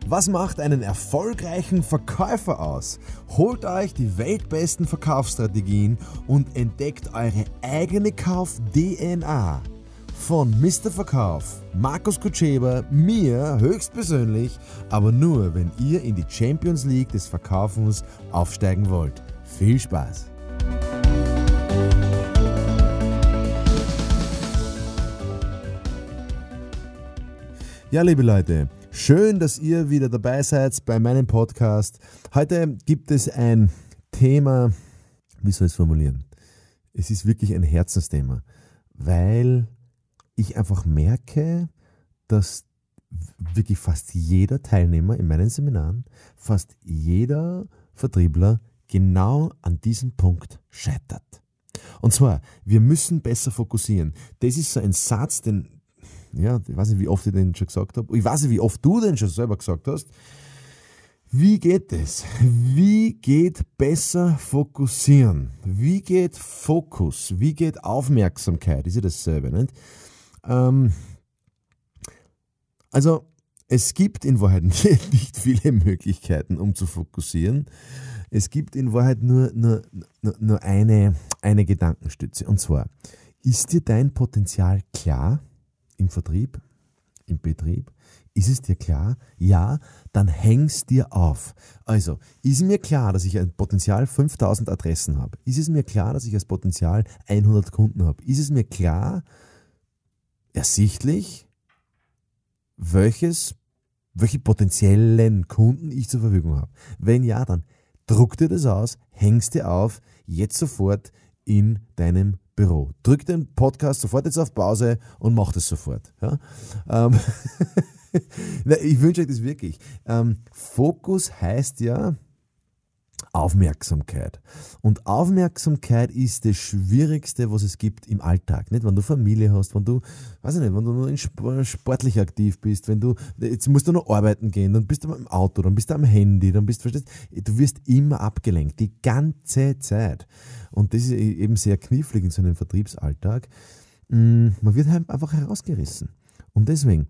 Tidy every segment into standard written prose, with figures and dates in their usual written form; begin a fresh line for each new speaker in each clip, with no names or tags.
Was macht einen erfolgreichen Verkäufer aus? Holt euch die weltbesten Verkaufsstrategien und entdeckt eure eigene Kauf-DNA. Von Mr. Verkauf, Markus Kutscheber, mir höchstpersönlich, aber nur, wenn ihr in die Champions League des Verkaufens aufsteigen wollt. Viel Spaß! Ja, liebe Leute, schön, dass ihr wieder dabei seid bei meinem Podcast. Heute gibt es ein Thema, wie soll ich es formulieren? Es ist wirklich ein Herzensthema, weil ich einfach merke, dass wirklich fast jeder Teilnehmer in meinen Seminaren, fast jeder Vertriebler genau an diesem Punkt scheitert. Und zwar, wir müssen besser fokussieren. Das ist so ein Satz, den ich weiß nicht, wie oft ich den schon gesagt habe. Ich weiß nicht, wie oft du den schon selber gesagt hast. Wie geht es? Wie geht besser fokussieren? Wie geht Fokus? Wie geht Aufmerksamkeit? Ist ja dasselbe, nicht? Also, es gibt in Wahrheit nicht viele Möglichkeiten, um zu fokussieren. Es gibt in Wahrheit nur eine Gedankenstütze. Und zwar, ist dir dein Potenzial klar? Im Vertrieb, im Betrieb, ist es dir klar? Ja, dann hängst dir auf. Also, ist mir klar, dass ich ein Potenzial 5000 Adressen habe? Ist es mir klar, dass ich als Potenzial 100 Kunden habe? Ist es mir klar, ersichtlich, welche potenziellen Kunden ich zur Verfügung habe? Wenn ja, dann druck dir das aus, hängst dir auf, jetzt sofort in deinem Büro. Drück den Podcast sofort jetzt auf Pause und mach das sofort. Ja? Ich wünsche euch das wirklich. Fokus heißt ja Aufmerksamkeit. Und Aufmerksamkeit ist das Schwierigste, was es gibt im Alltag. Nicht? Wenn du Familie hast, wenn du nur sportlich aktiv bist, jetzt musst du noch arbeiten gehen, dann bist du im Auto, dann bist du am Handy, du wirst immer abgelenkt, die ganze Zeit. Und das ist eben sehr knifflig in so einem Vertriebsalltag. Man wird halt einfach herausgerissen. Und deswegen,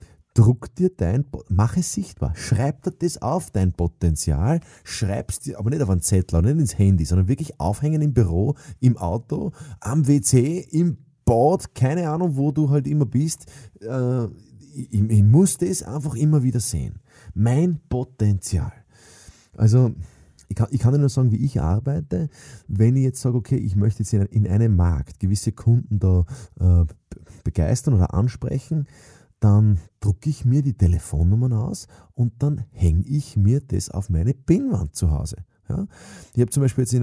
mach es sichtbar, schreib dir das auf, dein Potenzial, schreib's dir, aber nicht auf einen Zettel, nicht ins Handy, sondern wirklich aufhängen im Büro, im Auto, am WC, im Bad, keine Ahnung, wo du halt immer bist. Ich muss das einfach immer wieder sehen. Mein Potenzial. Also, ich kann dir nur sagen, wie ich arbeite. Wenn ich jetzt sage, okay, ich möchte jetzt in einem Markt gewisse Kunden da begeistern oder ansprechen, dann drucke ich mir die Telefonnummern aus und dann hänge ich mir das auf meine Pinnwand zu Hause. Ja? Ich habe zum Beispiel jetzt in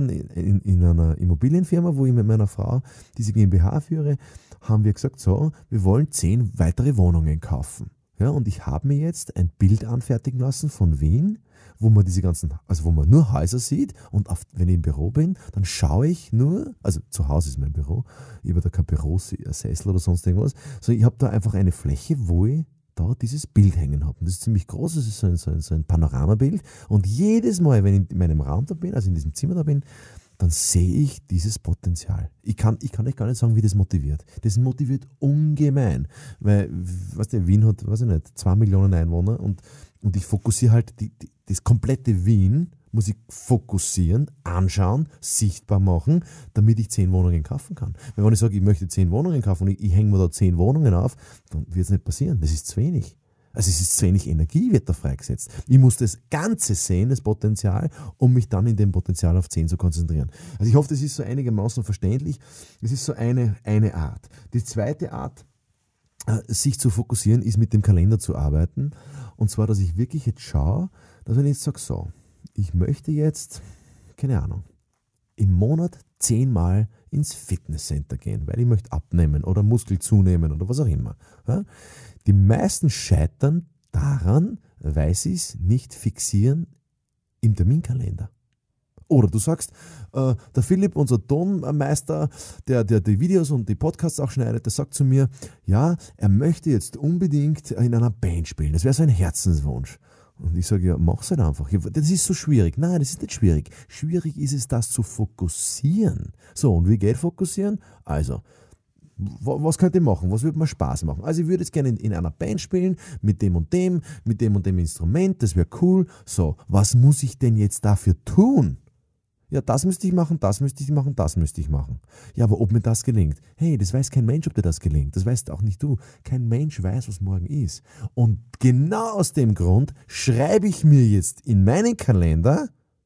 einer Immobilienfirma, wo ich mit meiner Frau diese GmbH führe, haben wir gesagt, so, wir wollen 10 weitere Wohnungen kaufen. Ja? Und ich habe mir jetzt ein Bild anfertigen lassen von Wien, wo man wo man nur Häuser sieht und wenn ich im Büro bin, dann schaue ich nur, also zu Hause ist mein Büro, ich habe da kein Bürosessel oder sonst irgendwas, sondern ich habe da einfach eine Fläche, wo ich da dieses Bild hängen habe. Und das ist ziemlich groß, das ist so ein Panoramabild und jedes Mal, wenn ich in meinem Raum da bin, also in diesem Zimmer da bin, dann sehe ich dieses Potenzial. Ich kann euch gar nicht sagen, wie das motiviert. Das motiviert ungemein, weil, Wien hat, 2 Millionen Einwohner und ich fokussiere halt, das komplette Wien muss ich fokussieren, anschauen, sichtbar machen, damit ich 10 Wohnungen kaufen kann. Weil wenn ich sage, ich möchte 10 Wohnungen kaufen und ich hänge mir da 10 Wohnungen auf, dann wird es nicht passieren. Das ist zu wenig. Also es ist zu wenig Energie, wird da freigesetzt. Ich muss das Ganze sehen, das Potenzial, um mich dann in dem Potenzial auf 10 zu konzentrieren. Also ich hoffe, das ist so einigermaßen verständlich. Das ist so eine Art. Die zweite Art, sich zu fokussieren, ist mit dem Kalender zu arbeiten. Und zwar, dass ich wirklich jetzt schaue, dass wenn ich jetzt sage, so, ich möchte jetzt, keine Ahnung, im Monat 10 Mal ins Fitnesscenter gehen, weil ich möchte abnehmen oder Muskel zunehmen oder was auch immer. Ja? Die meisten scheitern daran, weil sie es nicht fixieren im Terminkalender. Oder du sagst, der Philipp, unser Tonmeister, der die Videos und die Podcasts auch schneidet, der sagt zu mir, ja, er möchte jetzt unbedingt in einer Band spielen. Das wäre so ein Herzenswunsch. Und ich sage, ja, mach's halt einfach. Das ist so schwierig. Nein, das ist nicht schwierig. Schwierig ist es, das zu fokussieren. So, und wie geht fokussieren? Also, Was könnte ich machen? Was würde mir Spaß machen? Also ich würde jetzt gerne in einer Band spielen, mit dem und dem Instrument, das wäre cool. So, was muss ich denn jetzt dafür tun? Ja, das müsste ich machen, das müsste ich machen, das müsste ich machen. Ja, aber ob mir das gelingt? Hey, das weiß kein Mensch, ob dir das gelingt. Das weißt auch nicht du. Kein Mensch weiß, was morgen ist. Und genau aus dem Grund schreibe ich mir jetzt in meinen Kalender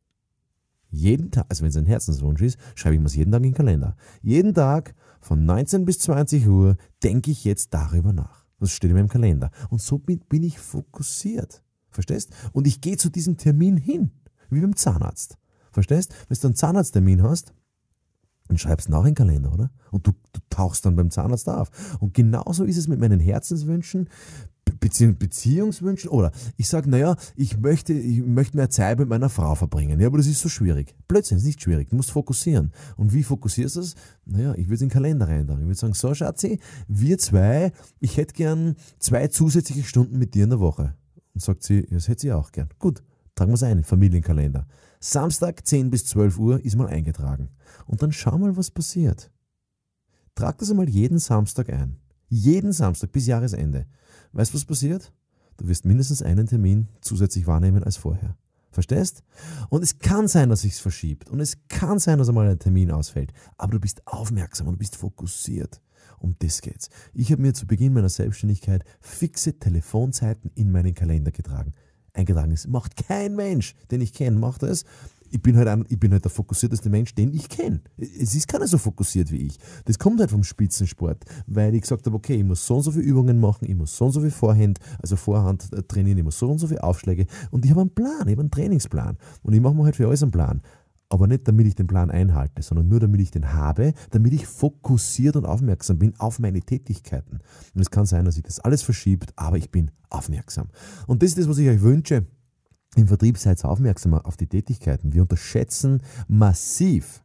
jeden Tag, also wenn es ein Herzenswunsch ist, schreibe ich mir es jeden Tag in den Kalender. Jeden Tag von 19 bis 20 Uhr denke ich jetzt darüber nach. Das steht in meinem Kalender. Und somit bin ich fokussiert. Verstehst? Und ich gehe zu diesem Termin hin, wie beim Zahnarzt. Verstehst? Wenn du einen Zahnarzttermin hast, dann schreibst du nach in den Kalender, oder? Und du tauchst dann beim Zahnarzt auf. Und genauso ist es mit meinen Herzenswünschen, Beziehungswünschen. Oder ich sage, naja, ich möchte mehr Zeit mit meiner Frau verbringen. Ja, aber das ist so schwierig. Blödsinn, ist nicht schwierig. Du musst fokussieren. Und wie fokussierst du es? Naja, ich würde es in den Kalender reintragen. Ich würde sagen, so Schatzi, wir zwei, ich hätte gern 2 zusätzliche Stunden mit dir in der Woche. Und sagt sie, ja, das hätte sie auch gern. Gut, tragen wir es ein, Familienkalender. Samstag 10 bis 12 Uhr ist mal eingetragen. Und dann schau mal, was passiert. Trag das einmal jeden Samstag ein. Jeden Samstag bis Jahresende. Weißt du, was passiert? Du wirst mindestens einen Termin zusätzlich wahrnehmen als vorher. Verstehst? Und es kann sein, dass sich's verschiebt. Und es kann sein, dass einmal ein Termin ausfällt. Aber du bist aufmerksam und du bist fokussiert. Um das geht's. Ich habe mir zu Beginn meiner Selbstständigkeit fixe Telefonzeiten in meinen Kalender eingetragen ist. Macht kein Mensch, den ich kenne, macht das. Ich bin halt der fokussierteste Mensch, den ich kenne. Es ist keiner so fokussiert wie ich. Das kommt halt vom Spitzensport, weil ich gesagt habe, okay, ich muss so und so viele Übungen machen, ich muss so und so viel Vorhand trainieren, ich muss so und so viele Aufschläge und ich habe einen Plan, ich habe einen Trainingsplan und ich mache mir halt für alles einen Plan. Aber nicht, damit ich den Plan einhalte, sondern nur, damit ich den habe, damit ich fokussiert und aufmerksam bin auf meine Tätigkeiten. Und es kann sein, dass sich das alles verschiebt, aber ich bin aufmerksam. Und das ist das, was ich euch wünsche. Im Vertrieb seid aufmerksamer auf die Tätigkeiten. Wir unterschätzen massiv,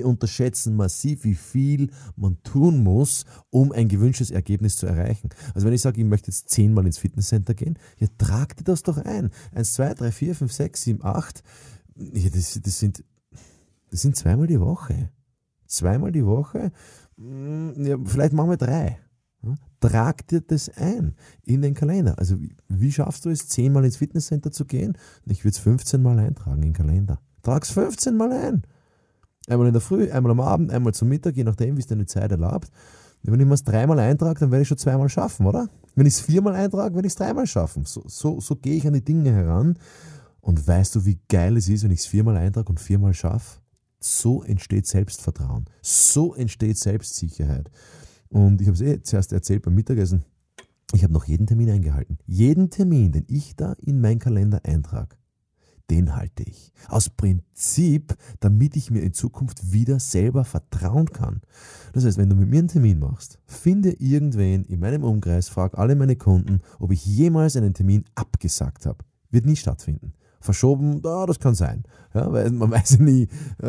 wie viel man tun muss, um ein gewünschtes Ergebnis zu erreichen. Also wenn ich sage, ich möchte jetzt 10-mal ins Fitnesscenter gehen, ja, trag dir das doch ein. 1, 2, 3, 4, 5, 6, 7, 8. Ja, das sind 2-mal die Woche. 2-mal die Woche, ja, vielleicht machen wir 3. Ja, trag dir das ein in den Kalender. Also wie schaffst du es, 10-mal ins Fitnesscenter zu gehen? Ich würde es 15-mal eintragen in den Kalender. Trag es 15-mal ein. Einmal in der Früh, einmal am Abend, einmal zum Mittag, je nachdem, wie es deine Zeit erlaubt. Wenn ich mir es 3-mal eintrage, dann werde ich schon 2-mal schaffen, oder? Wenn ich es 4-mal eintrage, werde ich es 3-mal schaffen. So gehe ich an die Dinge heran. Und weißt du, wie geil es ist, wenn ich es 4-mal eintrage und 4-mal schaffe? So entsteht Selbstvertrauen. So entsteht Selbstsicherheit. Und ich habe es zuerst erzählt beim Mittagessen. Ich habe noch jeden Termin eingehalten. Jeden Termin, den ich da in meinen Kalender eintrage, den halte ich. Aus Prinzip, damit ich mir in Zukunft wieder selber vertrauen kann. Das heißt, wenn du mit mir einen Termin machst, finde irgendwen in meinem Umkreis, frag alle meine Kunden, ob ich jemals einen Termin abgesagt habe. Wird nie stattfinden. Verschoben, das kann sein. Ja, weil man weiß ja nie,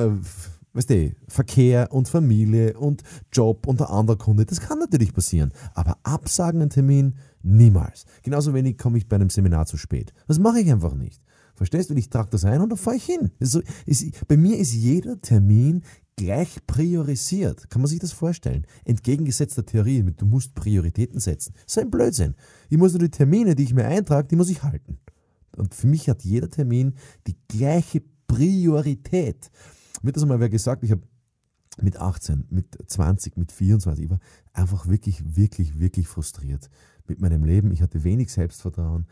Verkehr und Familie und Job und der andere Kunde, das kann natürlich passieren. Aber absagen einen Termin, niemals. Genauso wenig komme ich bei einem Seminar zu spät. Das mache ich einfach nicht. Verstehst du? Ich trage das ein und dann fahre ich hin. Bei mir ist jeder Termin gleich priorisiert. Kann man sich das vorstellen? Entgegengesetzt der Theorie, du musst Prioritäten setzen. Das ist ein Blödsinn. Ich muss nur die Termine, die ich mir eintrage, die muss ich halten. Und für mich hat jeder Termin die gleiche Priorität. Mir hat das einmal wer gesagt, ich habe mit 18, mit 20, mit 24, ich war einfach wirklich, wirklich, wirklich frustriert mit meinem Leben. Ich hatte wenig Selbstvertrauen.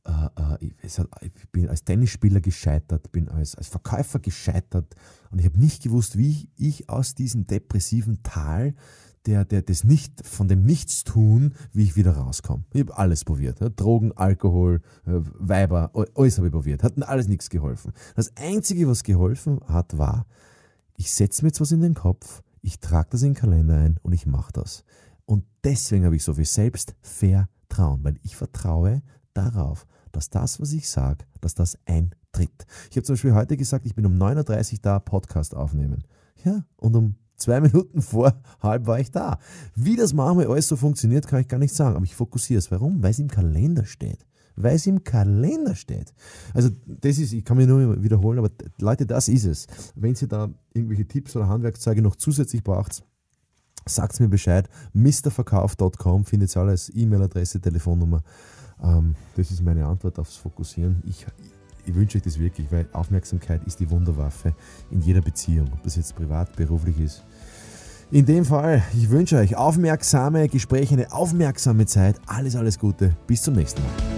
Ich bin als Tennisspieler gescheitert, bin als Verkäufer gescheitert und ich habe nicht gewusst, wie ich aus diesem depressiven Tal von dem Nichtstun, wie ich wieder rauskomme. Ich habe alles probiert. Drogen, Alkohol, Weiber, alles habe ich probiert. Hat mir alles nichts geholfen. Das Einzige, was geholfen hat, war, ich setze mir jetzt was in den Kopf, ich trage das in den Kalender ein und ich mache das. Und deswegen habe ich so viel Selbstvertrauen, weil ich vertraue darauf, dass das, was ich sage, dass das eintritt. Ich habe zum Beispiel heute gesagt, ich bin um 9.30 Uhr da, Podcast aufnehmen. Ja, und um 2 Minuten vor halb war ich da. Wie das manchmal alles so funktioniert, kann ich gar nicht sagen. Aber ich fokussiere es. Warum? Weil es im Kalender steht. Also das ist, ich kann mich nur wiederholen, aber Leute, das ist es. Wenn ihr da irgendwelche Tipps oder Handwerkszeuge noch zusätzlich braucht, Sagt mir Bescheid. Mrverkauf.com findet ihr alles, E-Mail-Adresse, Telefonnummer. Das ist meine Antwort aufs Fokussieren. Ich wünsche euch das wirklich, weil Aufmerksamkeit ist die Wunderwaffe in jeder Beziehung, ob das jetzt privat, beruflich ist. In dem Fall, ich wünsche euch aufmerksame Gespräche, eine aufmerksame Zeit. Alles Gute. Bis zum nächsten Mal.